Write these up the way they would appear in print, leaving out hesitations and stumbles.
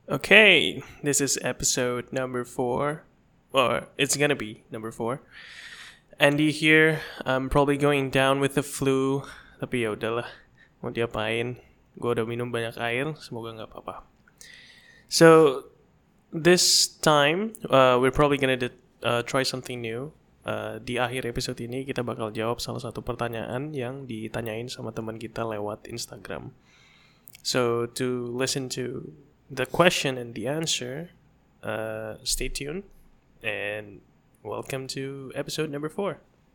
Okay, this is episode number 4, or it's gonna be number 4. Andy here. I'm probably going down with the flu, tapi ya udahlah, mau diapain? Gue udah minum banyak air, semoga nggak apa-apa. So this time, we're probably gonna try something new. Di akhir episode ini kita bakal jawab salah satu pertanyaan yang ditanyain sama teman kita lewat Instagram. So to listen to the question and the answer, stay tuned and welcome to episode number 4.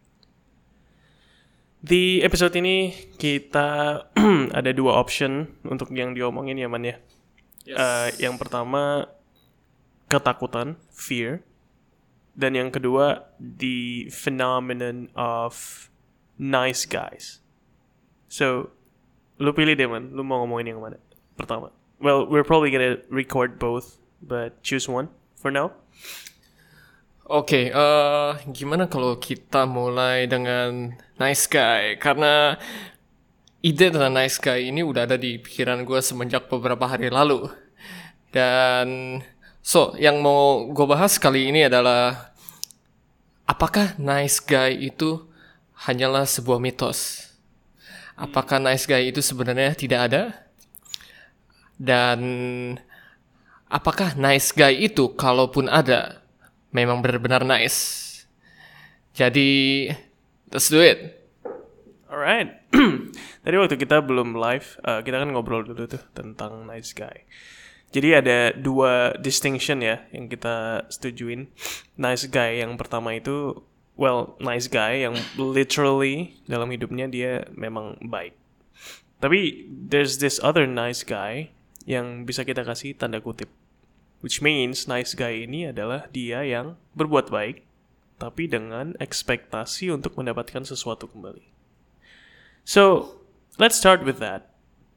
Di episode ini kita ada 2 option untuk yang diomongin ya Man ya. Yes. Yang pertama ketakutan, fear, dan yang kedua the phenomenon of nice guys. So lu pilih deh Man, lu mau ngomongin yang mana pertama? Well, we're probably gonna record both, but choose one for now. Oke, gimana kalau kita mulai dengan nice guy? Karena ide tentang nice guy ini udah ada di pikiran gue semenjak beberapa hari lalu. Dan yang mau gue bahas kali ini adalah apakah nice guy itu hanyalah sebuah mitos? Apakah nice guy itu sebenarnya tidak ada? Dan apakah nice guy itu kalaupun ada memang benar-benar nice? Jadi let's do it. Alright. Tadi waktu kita belum live, kita kan ngobrol dulu tuh tentang nice guy. Jadi ada 2 distinction ya yang kita setujuin. Nice guy yang pertama itu, nice guy yang literally dalam hidupnya dia memang baik. Tapi there's this other nice guy yang bisa kita kasih tanda kutip. Which means nice guy ini adalah dia yang berbuat baik, tapi dengan ekspektasi untuk mendapatkan sesuatu kembali. So, let's start with that.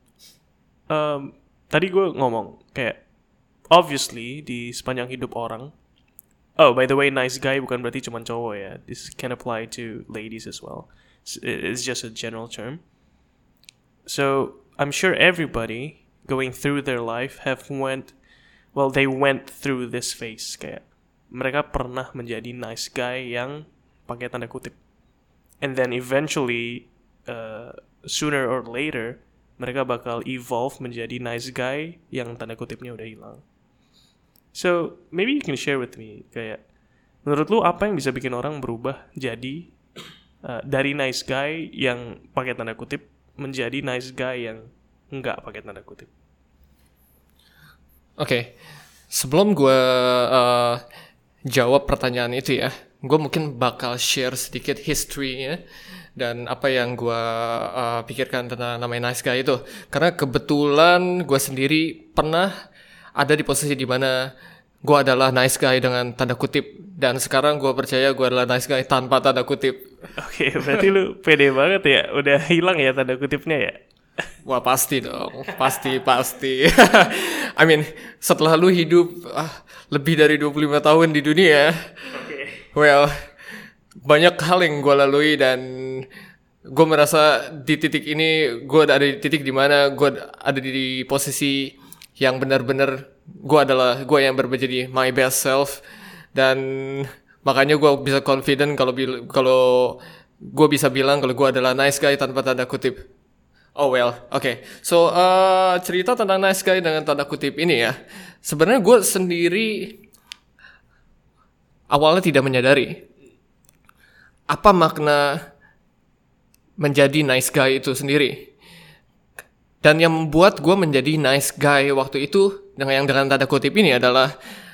Tadi gue ngomong, kayak, obviously, di sepanjang hidup orang, by the way, nice guy bukan berarti cuma cowok ya. This can apply to ladies as well. It's just a general term. So, I'm sure everybody going through their life they went through this phase. Kayak, mereka pernah menjadi nice guy yang pakai tanda kutip. And then eventually, sooner or later, mereka bakal evolve menjadi nice guy yang tanda kutipnya udah hilang. So, maybe you can share with me, kayak, menurut lu apa yang bisa bikin orang berubah jadi dari nice guy yang pakai tanda kutip menjadi nice guy yang nggak pakai tanda kutip? Oke, sebelum gue jawab pertanyaan itu ya, gue mungkin bakal share sedikit history-nya dan apa yang gue pikirkan tentang namanya nice guy itu. Karena kebetulan gue sendiri pernah ada di posisi di mana gue adalah nice guy dengan tanda kutip, dan sekarang gue percaya gue adalah nice guy tanpa tanda kutip. Oke, berarti lu pede banget ya, udah hilang ya tanda kutipnya ya? Wah pasti dong, pasti. I mean, setelah lu hidup lebih dari 25 tahun di dunia, banyak hal yang gue lalui dan gue merasa di titik ini gue ada di titik di mana gue ada di posisi yang benar-benar gue yang menjadi my best self, dan makanya gue bisa confident kalau gue bisa bilang kalau gue adalah nice guy tanpa tanda kutip. Okay. So, cerita tentang nice guy dengan tanda kutip ini ya. Sebenarnya gue sendiri awalnya tidak menyadari apa makna menjadi nice guy itu sendiri. Dan yang membuat gue menjadi nice guy waktu itu dengan tanda kutip ini adalah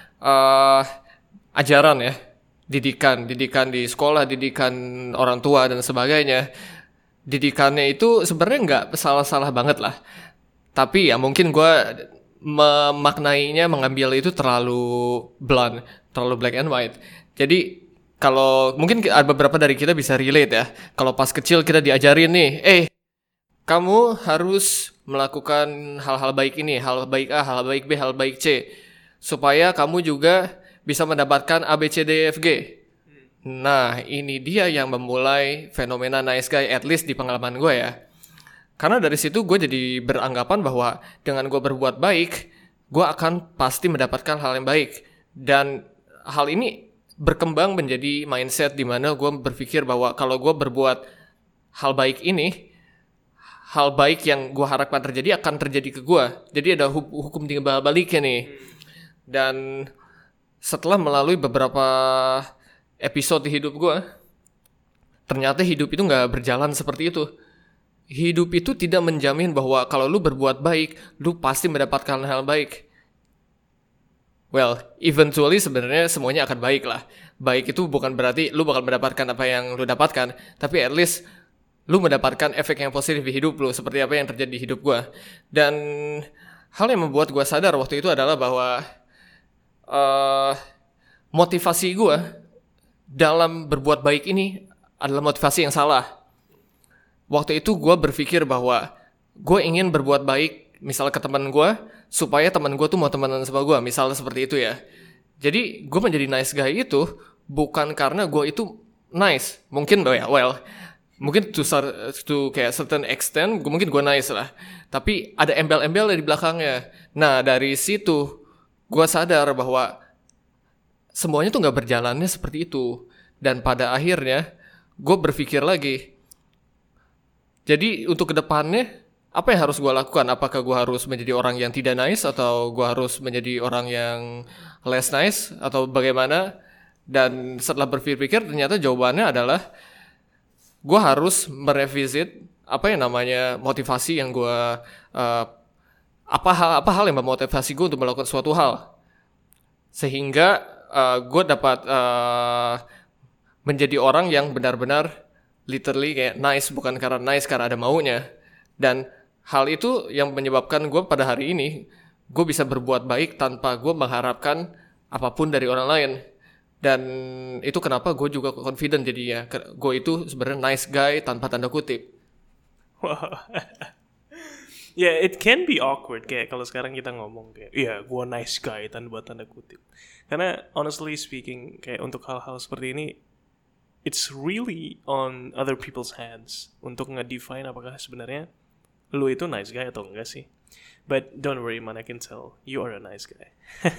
ajaran ya, didikan di sekolah, didikan orang tua dan sebagainya. Didikannya itu sebenarnya nggak salah-salah banget lah, tapi ya mungkin gue memaknainya, mengambil itu terlalu blunt, terlalu black and white. Jadi kalau mungkin ada beberapa dari kita bisa relate ya, kalau pas kecil kita diajarin nih, kamu harus melakukan hal-hal baik ini, hal baik A, hal baik B, hal baik C, supaya kamu juga bisa mendapatkan A, B, C, D, F, G. Nah, ini dia yang memulai fenomena nice guy, at least di pengalaman gue ya. Karena dari situ gue jadi beranggapan bahwa dengan gue berbuat baik, gue akan pasti mendapatkan hal yang baik. Dan hal ini berkembang menjadi mindset di mana gue berpikir bahwa kalau gue berbuat hal baik ini, hal baik yang gue harapkan terjadi akan terjadi ke gue. Jadi ada hukum timbal baliknya nih. Dan setelah melalui beberapa episode di hidup gue, ternyata hidup itu gak berjalan seperti itu. Hidup itu tidak menjamin bahwa kalau lu berbuat baik, lu pasti mendapatkan hal baik. Well, eventually sebenarnya semuanya akan baik lah. Baik itu bukan berarti lu bakal mendapatkan apa yang lu dapatkan, tapi at least lu mendapatkan efek yang positif di hidup lu, seperti apa yang terjadi di hidup gue. Dan hal yang membuat gue sadar waktu itu adalah bahwa motivasi gue dalam berbuat baik ini adalah motivasi yang salah. Waktu itu gue berpikir bahwa gue ingin berbuat baik misalnya ke teman gue, supaya teman gue tuh mau temenan sama gue, misalnya seperti itu ya. Jadi gue menjadi nice guy itu bukan karena gue itu nice, mungkin mungkin to kayak certain extent mungkin gue nice lah, tapi ada embel-embel di belakangnya. Nah dari situ gue sadar bahwa semuanya tuh gak berjalannya seperti itu. Dan pada akhirnya gue berpikir lagi, jadi untuk kedepannya apa yang harus gue lakukan? Apakah gue harus menjadi orang yang tidak nice, atau gue harus menjadi orang yang less nice, atau bagaimana? Dan setelah berpikir ternyata jawabannya adalah gue harus merevisit apa yang namanya motivasi yang gue apa hal yang memotivasi gue untuk melakukan suatu hal, sehingga gue dapat menjadi orang yang benar-benar literally kayak nice, bukan karena nice karena ada maunya. Dan hal itu yang menyebabkan gue pada hari ini gue bisa berbuat baik tanpa gue mengharapkan apapun dari orang lain. Dan itu kenapa gue juga confident jadinya. Gue itu sebenarnya nice guy tanpa tanda kutip. Wow. Yeah, it can be awkward kayak kalau sekarang kita ngomong kayak, iya, gue nice guy tanpa tanda kutip. Karena honestly speaking, kayak untuk hal-hal seperti ini, it's really on other people's hands untuk nge-define apakah sebenarnya lu itu nice guy atau enggak sih. But don't worry man, I can tell you are a nice guy.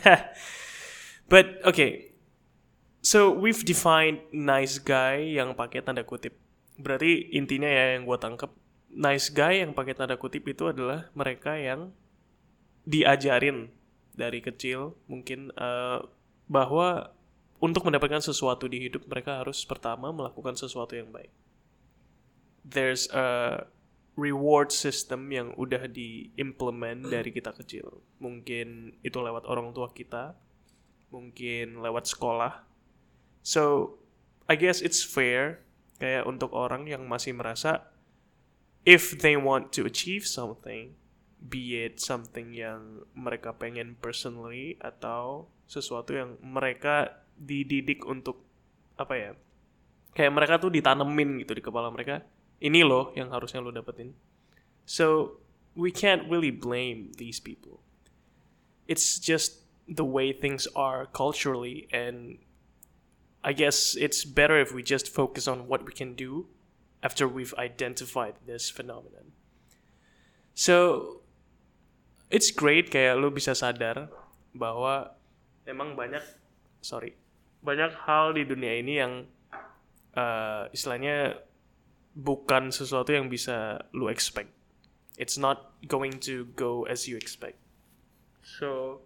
But okay, so we've defined nice guy yang pakai tanda kutip. Berarti intinya ya yang gue tangkap, nice guy yang pakai tanda kutip itu adalah mereka yang diajarin dari kecil mungkin bahwa untuk mendapatkan sesuatu di hidup mereka harus pertama melakukan sesuatu yang baik. There's a reward system yang udah diimplement dari kita kecil. Mungkin itu lewat orang tua kita, mungkin lewat sekolah. So, I guess it's fair kayak untuk orang yang masih merasa if they want to achieve something, be it something yang mereka pengen personally atau sesuatu yang mereka dididik untuk apa ya, kayak mereka tuh ditanemin gitu di kepala mereka, ini loh yang harusnya lo dapetin. So we can't really blame these people. It's just the way things are culturally, and I guess it's better if we just focus on what we can do after we've identified this phenomenon. So it's great kayak lo bisa sadar bahwa emang banyak hal di dunia ini yang istilahnya bukan sesuatu yang bisa lu expect. It's not going to go as you expect. So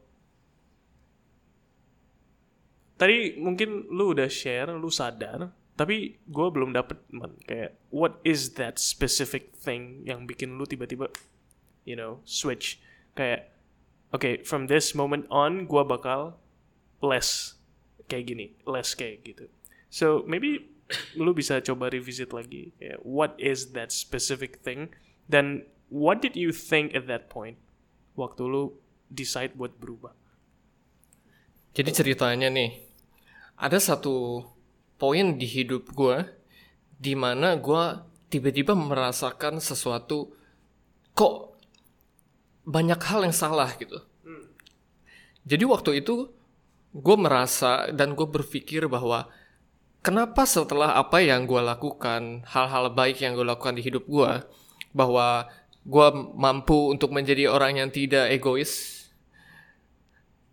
tadi mungkin lu udah share, lu sadar, tapi gue belum dapet kayak what is that specific thing yang bikin lu tiba-tiba switch kayak okay, from this moment on gue bakal less kayak gitu. So maybe lu bisa coba revisit lagi kayak what is that specific thing, dan what did you think at that point waktu lu decide buat berubah. Jadi ceritanya nih, ada satu poin di hidup gue di mana gue tiba-tiba merasakan sesuatu, kok banyak hal yang salah gitu. Jadi waktu itu gue merasa dan gue berpikir bahwa kenapa setelah apa yang gue lakukan, hal-hal baik yang gue lakukan di hidup gue, bahwa gue mampu untuk menjadi orang yang tidak egois,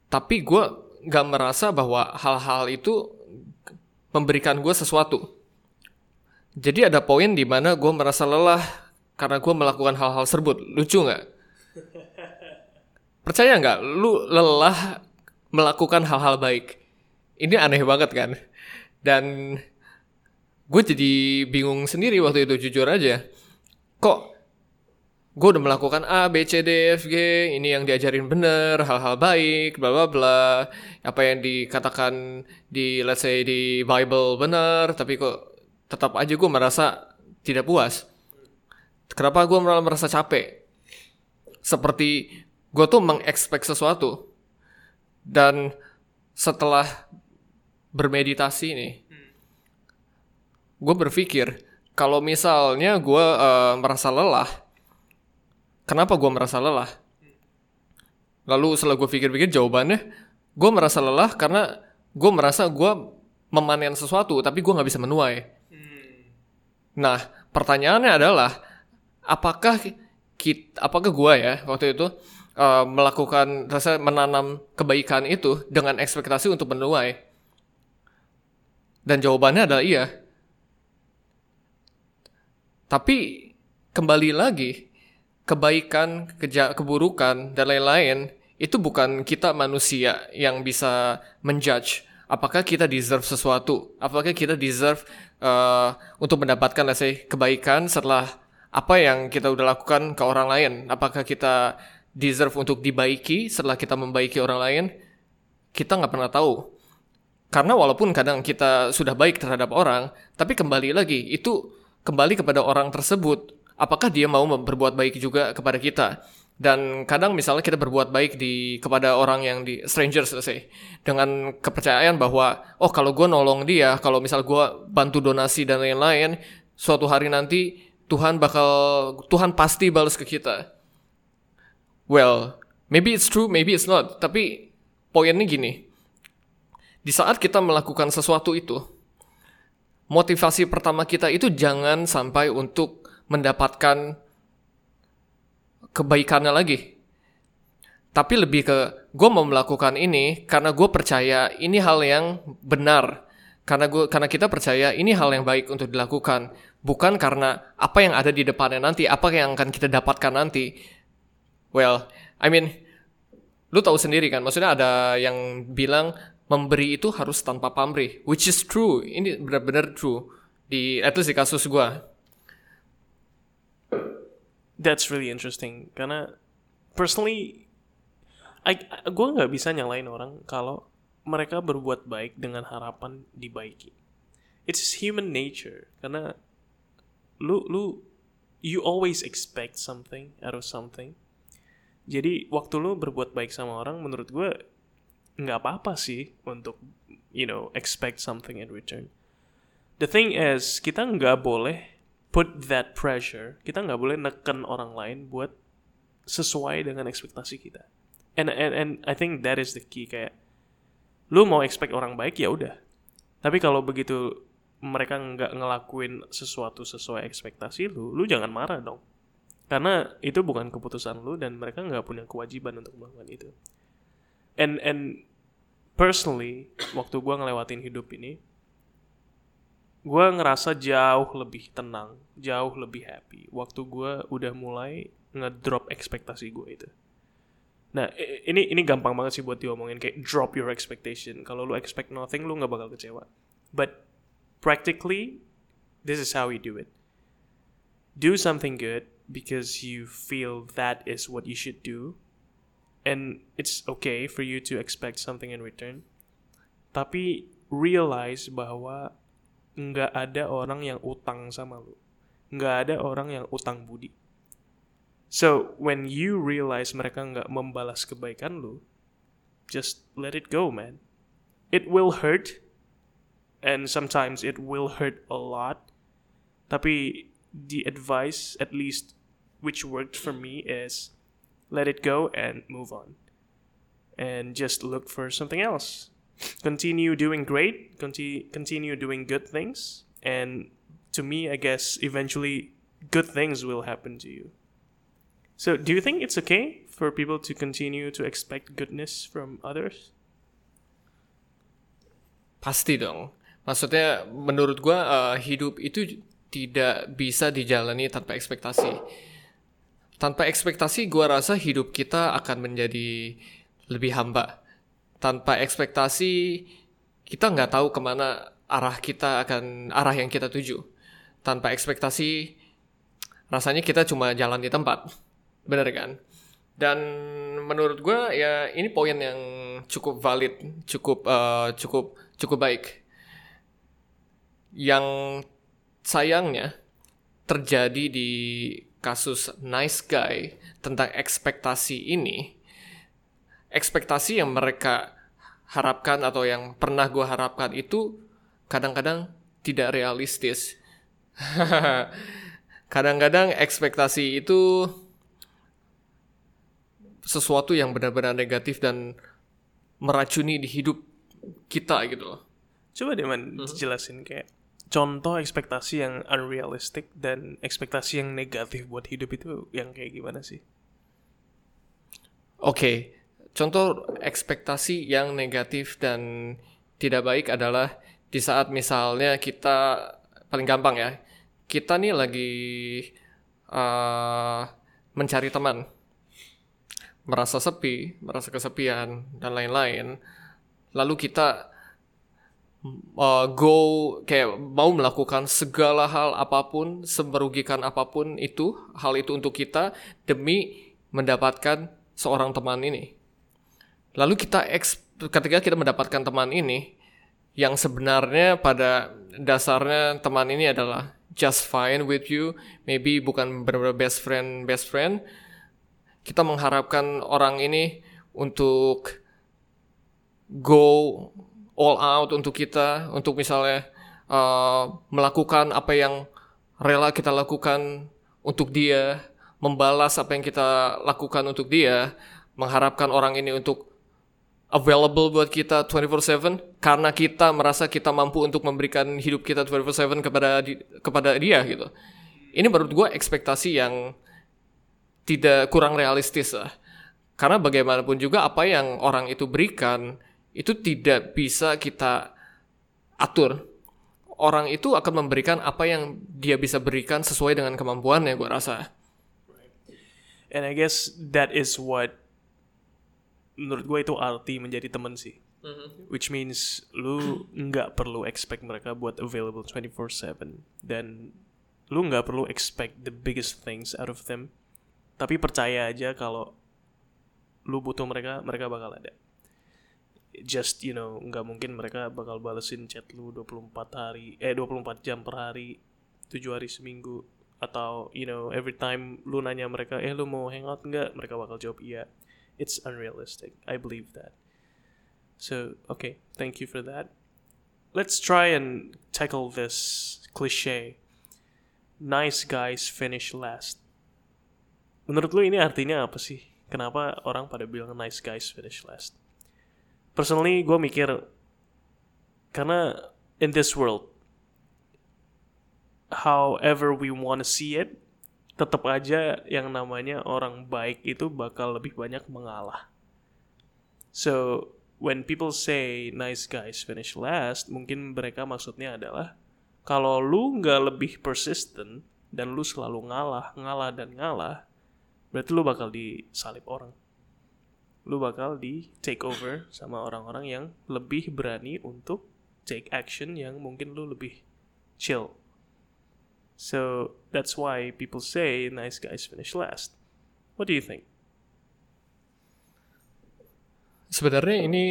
Tapi gue gak merasa bahwa hal-hal itu memberikan gue sesuatu. Jadi ada poin di mana gue merasa lelah karena gue melakukan hal-hal tersebut. Lucu gak? Percaya gak? Lu lelah melakukan hal-hal baik. Ini aneh banget kan? Dan gue jadi bingung sendiri waktu itu, jujur aja. Kok gue udah melakukan A, B, C, D, F, G, ini yang diajarin bener, hal-hal baik, bla bla bla, apa yang dikatakan di, let's say, di Bible bener, tapi kok tetap aja gue merasa tidak puas. Kenapa gue malah merasa capek? Seperti gue tuh mengekspek sesuatu. Dan setelah bermeditasi nih, gue berpikir, kalau misalnya gue merasa lelah, kenapa gue merasa lelah? Lalu setelah gue pikir-pikir jawabannya, gue merasa lelah karena gue merasa gue memanen sesuatu, tapi gue gak bisa menuai. Nah, pertanyaannya adalah, apakah gue ya waktu itu melakukan rasa menanam kebaikan itu dengan ekspektasi untuk menuai? Dan jawabannya adalah iya. Tapi kembali lagi, kebaikan, keburukan, dan lain-lain itu bukan kita manusia yang bisa menjudge apakah kita deserve sesuatu, apakah kita deserve untuk mendapatkan, let's say, kebaikan setelah apa yang kita udah lakukan ke orang lain. Apakah kita deserve untuk dibaiki setelah kita membaiki orang lain? Kita nggak pernah tahu. Karena walaupun kadang kita sudah baik terhadap orang, tapi kembali lagi, itu kembali kepada orang tersebut. Apakah dia mau berbuat baik juga kepada kita? Dan kadang misalnya kita berbuat baik kepada orang yang di strangers, let's say, dengan kepercayaan bahwa, oh kalau gue nolong dia, kalau misal gue bantu donasi dan lain-lain, suatu hari nanti Tuhan pasti balas ke kita. Well, maybe it's true, maybe it's not. Tapi poinnya gini, di saat kita melakukan sesuatu itu, motivasi pertama kita itu jangan sampai untuk mendapatkan kebaikannya lagi. Tapi lebih ke, gue mau melakukan ini karena gue percaya ini hal yang benar. Karena kita percaya ini hal yang baik untuk dilakukan. Bukan karena apa yang ada di depannya nanti, apa yang akan kita dapatkan nanti. Well, I mean, lu tahu sendiri kan, maksudnya ada yang bilang memberi itu harus tanpa pamrih, which is true. Ini benar-benar true, at least di kasus gue. That's really interesting. Karena personally, gue nggak bisa nyalain orang kalau mereka berbuat baik dengan harapan dibaiki. It's human nature. Karena you always expect something out of something. Jadi waktu lu berbuat baik sama orang, menurut gue nggak apa-apa sih untuk expect something in return. The thing is, kita nggak boleh put that pressure, kita nggak boleh neken orang lain buat sesuai dengan ekspektasi kita. And I think that is the key. Kayak lu mau expect orang baik, ya udah. Tapi kalau begitu mereka nggak ngelakuin sesuatu sesuai ekspektasi lu jangan marah dong. Karena itu bukan keputusan lu dan mereka nggak punya kewajiban untuk melakukan itu. And personally, waktu gue ngelewatin hidup ini, gue ngerasa jauh lebih tenang, jauh lebih happy waktu gue udah mulai ngedrop ekspektasi gue itu. Nah, ini gampang banget sih buat diomongin, kayak drop your expectation. Kalau lu expect nothing, lu nggak bakal kecewa. But practically, this is how we do it. Do something good because you feel that is what you should do, and it's okay for you to expect something in return. Tapi realize bahwa nggak ada orang yang utang sama lu. Nggak ada orang yang utang budi. So, when you realize mereka nggak membalas kebaikan lu, just let it go, man. It will hurt, and sometimes it will hurt a lot. Tapi the advice, at least which worked for me, is let it go and move on. And just look for something else. Continue doing great, continue doing good things, and to me, I guess, eventually good things will happen to you. So, do you think it's okay for people to continue to expect goodness from others? Pasti dong. Maksudnya menurut gua hidup itu tidak bisa dijalani tanpa ekspektasi. Tanpa ekspektasi gua rasa hidup kita akan menjadi lebih hamba. Tanpa ekspektasi kita nggak tahu kemana arah yang kita tuju. Tanpa ekspektasi rasanya kita cuma jalan di tempat. Bener kan? Dan menurut gua ya ini poin yang cukup valid, cukup baik. Yang sayangnya terjadi di kasus nice guy tentang ekspektasi ini, ekspektasi yang mereka harapkan atau yang pernah gue harapkan itu kadang-kadang tidak realistis. Kadang-kadang ekspektasi itu sesuatu yang benar-benar negatif dan meracuni di hidup kita gitu loh. Coba deh man dijelasin kayak contoh ekspektasi yang unrealistic dan ekspektasi yang negatif buat hidup itu yang kayak gimana sih? Oke, contoh ekspektasi yang negatif dan tidak baik adalah di saat misalnya kita, paling gampang ya, kita nih lagi mencari teman, merasa sepi, merasa kesepian, dan lain-lain. Lalu kita kayak mau melakukan segala hal apapun, semerugikan apapun itu, hal itu untuk kita demi mendapatkan seorang teman ini. Lalu ketika kita mendapatkan teman ini, yang sebenarnya pada dasarnya teman ini adalah just fine with you, maybe bukan benar-benar best friend, kita mengharapkan orang ini untuk go all out untuk kita, untuk misalnya melakukan apa yang rela kita lakukan untuk dia, membalas apa yang kita lakukan untuk dia, mengharapkan orang ini untuk available buat kita 24/7 karena kita merasa kita mampu untuk memberikan hidup kita 24/7 kepada dia gitu. Ini menurut gue ekspektasi yang tidak kurang realistis lah. Karena bagaimanapun juga apa yang orang itu berikan itu tidak bisa kita atur. Orang itu akan memberikan apa yang dia bisa berikan sesuai dengan kemampuannya, gue rasa. And I guess that is what menurut gue itu arti menjadi teman sih. Which means lu nggak perlu expect mereka buat available 24/7 dan lu nggak perlu expect the biggest things out of them. Tapi percaya aja kalau lu butuh mereka bakal ada. Just, nggak mungkin mereka bakal balesin chat lu 24 jam per hari, 7 hari seminggu. Atau, every time lu nanya mereka, lu mau hangout nggak? Mereka bakal jawab iya. It's unrealistic. I believe that. So, okay, thank you for that. Let's try and tackle this cliche. Nice guys finish last. Menurut lu ini artinya apa sih? Kenapa orang pada bilang nice guys finish last? Personally, gue mikir karena in this world, however we want to see it, tetap aja yang namanya orang baik itu bakal lebih banyak mengalah. So, when people say nice guys finish last, mungkin mereka maksudnya adalah kalau lu nggak lebih persistent dan lu selalu ngalah, berarti lu bakal disalip orang. Lu bakal di take over sama orang-orang yang lebih berani untuk take action yang mungkin lu lebih chill. So that's why people say nice guys finish last. What do you think? Sebenarnya ini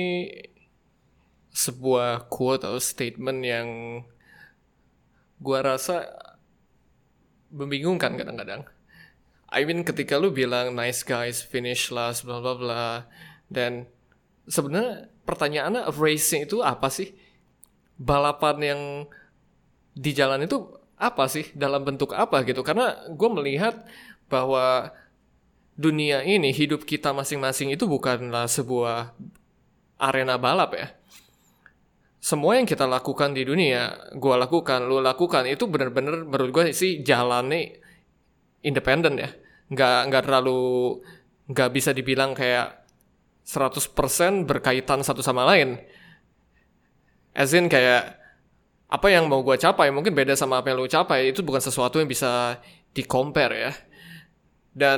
sebuah quote atau statement yang gua rasa membingungkan kadang-kadang. I mean ketika lu bilang nice guys finish last bla bla bla, dan sebenarnya pertanyaannya racing itu apa sih? Balapan yang di jalan itu apa sih? Dalam bentuk apa gitu? Karena gue melihat bahwa dunia ini, hidup kita masing-masing itu bukanlah sebuah arena balap ya. Semua yang kita lakukan di dunia, gue lakukan, lu lakukan, itu benar-benar menurut gue sih jalannya independen ya. Nggak terlalu nggak bisa dibilang kayak 100% berkaitan satu sama lain. As in kayak apa yang mau gue capai mungkin beda sama apa yang lu capai. Itu bukan sesuatu yang bisa di-compare ya. Dan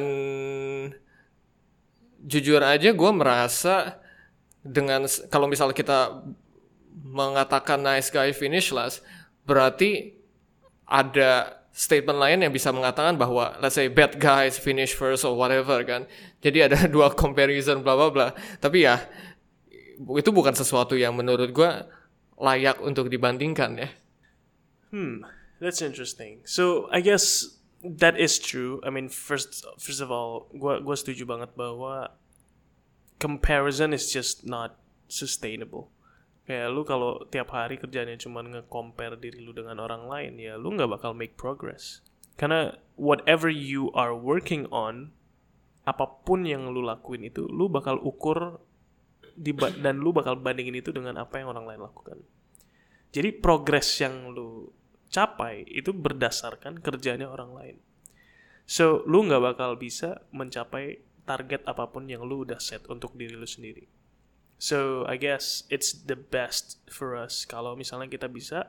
jujur aja gue merasa dengan kalau misalnya kita mengatakan nice guy finish last, berarti ada statement lain yang bisa mengatakan bahwa let's say bad guys finish first or whatever kan. Jadi ada dua comparison bla bla bla. Tapi ya itu bukan sesuatu yang menurut gue layak untuk dibandingkan ya. That's interesting. So I guess that is true. I mean, first of all, gua setuju banget bahwa comparison is just not sustainable. Kayak lu kalau tiap hari kerjanya cuma nge-compare diri lu dengan orang lain, ya lu nggak bakal make progress. Karena whatever you are working on, apapun yang lu lakuin itu, lu bakal ukur dan lu bakal bandingin itu dengan apa yang orang lain lakukan. Jadi progress yang lu capai itu berdasarkan kerjanya orang lain. So, lu nggak bakal bisa mencapai target apapun yang lu udah set untuk diri lu sendiri. So, I guess it's the best for us kalau misalnya kita bisa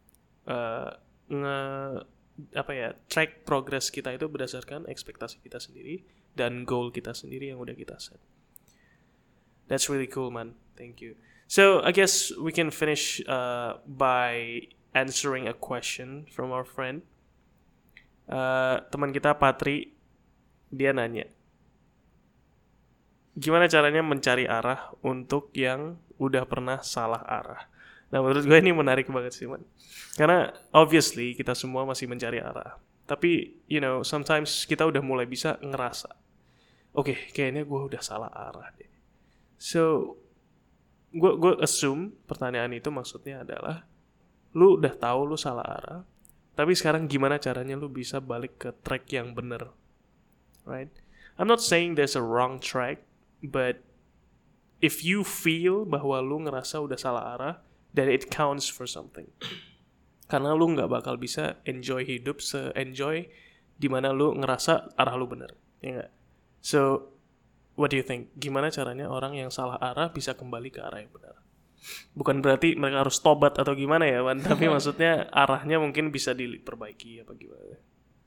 track progress kita itu berdasarkan ekspektasi kita sendiri dan goal kita sendiri yang udah kita set. That's really cool, man. Thank you. So, I guess we can finish by answering a question from our friend. Teman kita Patri, dia nanya, gimana caranya mencari arah untuk yang udah pernah salah arah? Nah, menurut gue ini menarik banget sih, man. Karena obviously kita semua masih mencari arah. Tapi, sometimes kita udah mulai bisa ngerasa, oke, kayaknya gue udah salah arah deh. So, gue assume pertanyaan itu maksudnya adalah, lu udah tahu lu salah arah, tapi sekarang gimana caranya lu bisa balik ke track yang bener, right? I'm not saying there's a wrong track, but if you feel bahwa lu ngerasa udah salah arah, then it counts for something. Karena lu nggak bakal bisa enjoy hidup se-enjoy dimana lu ngerasa arah lu bener, ya nggak? So, what do you think? Gimana caranya orang yang salah arah bisa kembali ke arah yang benar? Bukan berarti mereka harus tobat atau gimana ya, Wan. Tapi maksudnya arahnya mungkin bisa diperbaiki apa gimana.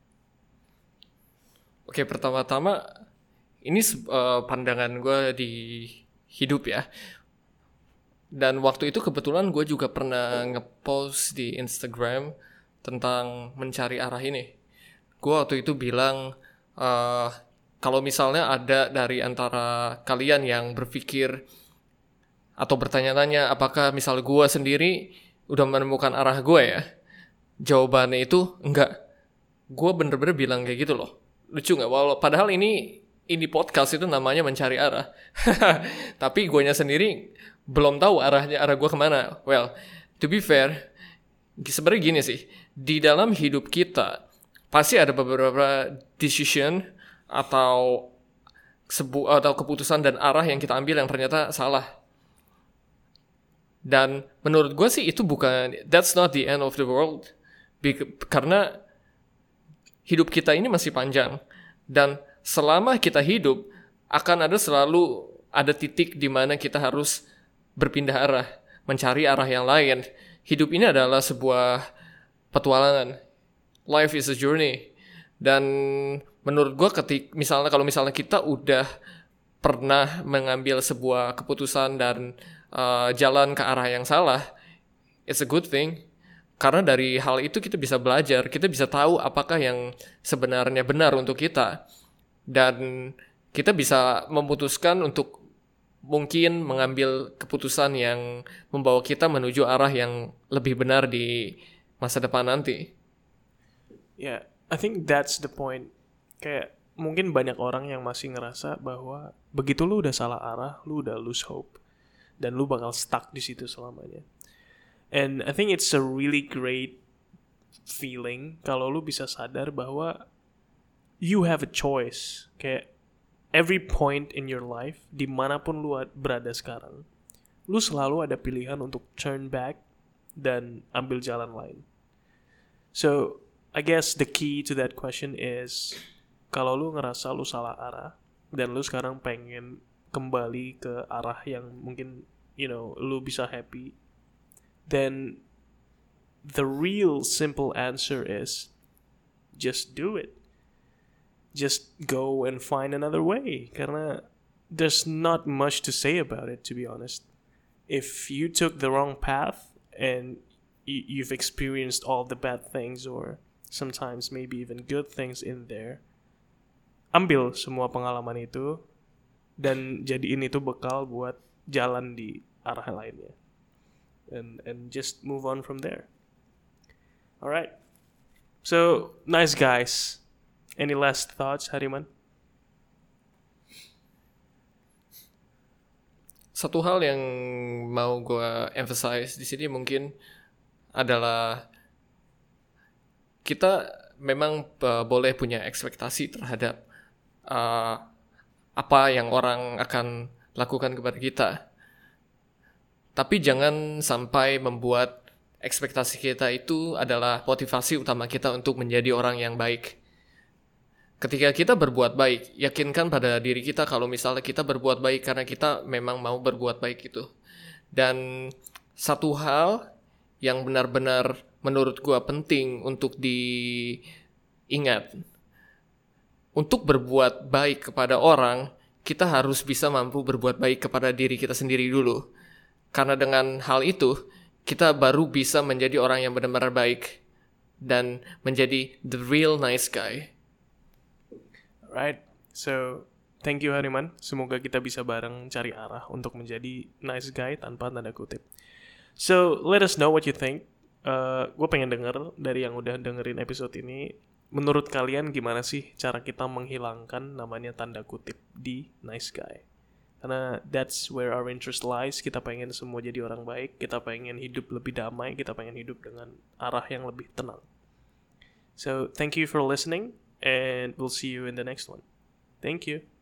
Oke, pertama-tama ini pandangan gue di hidup ya. Dan waktu itu kebetulan gue juga pernah nge-post di Instagram tentang mencari arah ini. Gue waktu itu bilang, kalau misalnya ada dari antara kalian yang berpikir atau bertanya-tanya apakah misal gue sendiri udah menemukan arah gue ya, jawabannya itu enggak. Gue bener-bener bilang kayak gitu loh. Lucu gak? Padahal ini podcast itu namanya mencari arah. Tapi guanya sendiri belum tahu arah gue kemana. Well, to be fair, sebenarnya gini sih, di dalam hidup kita pasti ada beberapa decision atau keputusan dan arah yang kita ambil yang ternyata salah. Dan menurut gue sih itu that's not the end of the world. Karena hidup kita ini masih panjang. Dan selama kita hidup, akan selalu ada titik di mana kita harus berpindah arah, mencari arah yang lain. Hidup ini adalah sebuah petualangan. Life is a journey. Dan menurut gue kalau misalnya kita udah pernah mengambil sebuah keputusan dan jalan ke arah yang salah, it's a good thing. Karena dari hal itu kita bisa belajar, kita bisa tahu apakah yang sebenarnya benar untuk kita. Dan kita bisa memutuskan untuk mungkin mengambil keputusan yang membawa kita menuju arah yang lebih benar di masa depan nanti. Yeah, I think that's the point. Kayak mungkin banyak orang yang masih ngerasa bahwa begitu lu udah salah arah, lu udah lose hope. Dan lu bakal stuck di situ selamanya. And I think it's a really great feeling kalau lu bisa sadar bahwa you have a choice. Kayak every point in your life, dimanapun lu berada sekarang, lu selalu ada pilihan untuk turn back dan ambil jalan lain. So, I guess the key to that question is, kalau lu ngerasa lu salah arah, dan lu sekarang pengen kembali ke arah yang mungkin lu bisa happy, then the real simple answer is just do it. Just go and find another way. Karena there's not much to say about it, to be honest. If you took the wrong path and you've experienced all the bad things or sometimes maybe even good things in there, ambil semua pengalaman itu dan jadiin itu bekal buat jalan di arah lainnya. And just move on from there. Alright. So, nice guys. Any last thoughts, Hariman? Satu hal yang mau gue emphasize di sini mungkin adalah kita memang boleh punya ekspektasi terhadap apa yang orang akan lakukan kepada kita. Tapi jangan sampai membuat ekspektasi kita itu adalah motivasi utama kita untuk menjadi orang yang baik. Ketika kita berbuat baik, yakinkan pada diri kita kalau misalnya kita berbuat baik karena kita memang mau berbuat baik itu. Dan satu hal yang benar-benar menurut gua penting untuk diingat. Untuk berbuat baik kepada orang, kita harus bisa mampu berbuat baik kepada diri kita sendiri dulu. Karena dengan hal itu, kita baru bisa menjadi orang yang benar-benar baik dan menjadi the real nice guy. Right. So, thank you Hariman. Semoga kita bisa bareng cari arah untuk menjadi nice guy tanpa tanda kutip. So, let us know what you think. Gue pengen denger dari yang udah dengerin episode ini. Menurut kalian gimana sih cara kita menghilangkan namanya tanda kutip di nice guy? Karena that's where our interest lies. Kita pengen semua jadi orang baik. Kita pengen hidup lebih damai. Kita pengen hidup dengan arah yang lebih tenang. So, thank you for listening. And we'll see you in the next one. Thank you.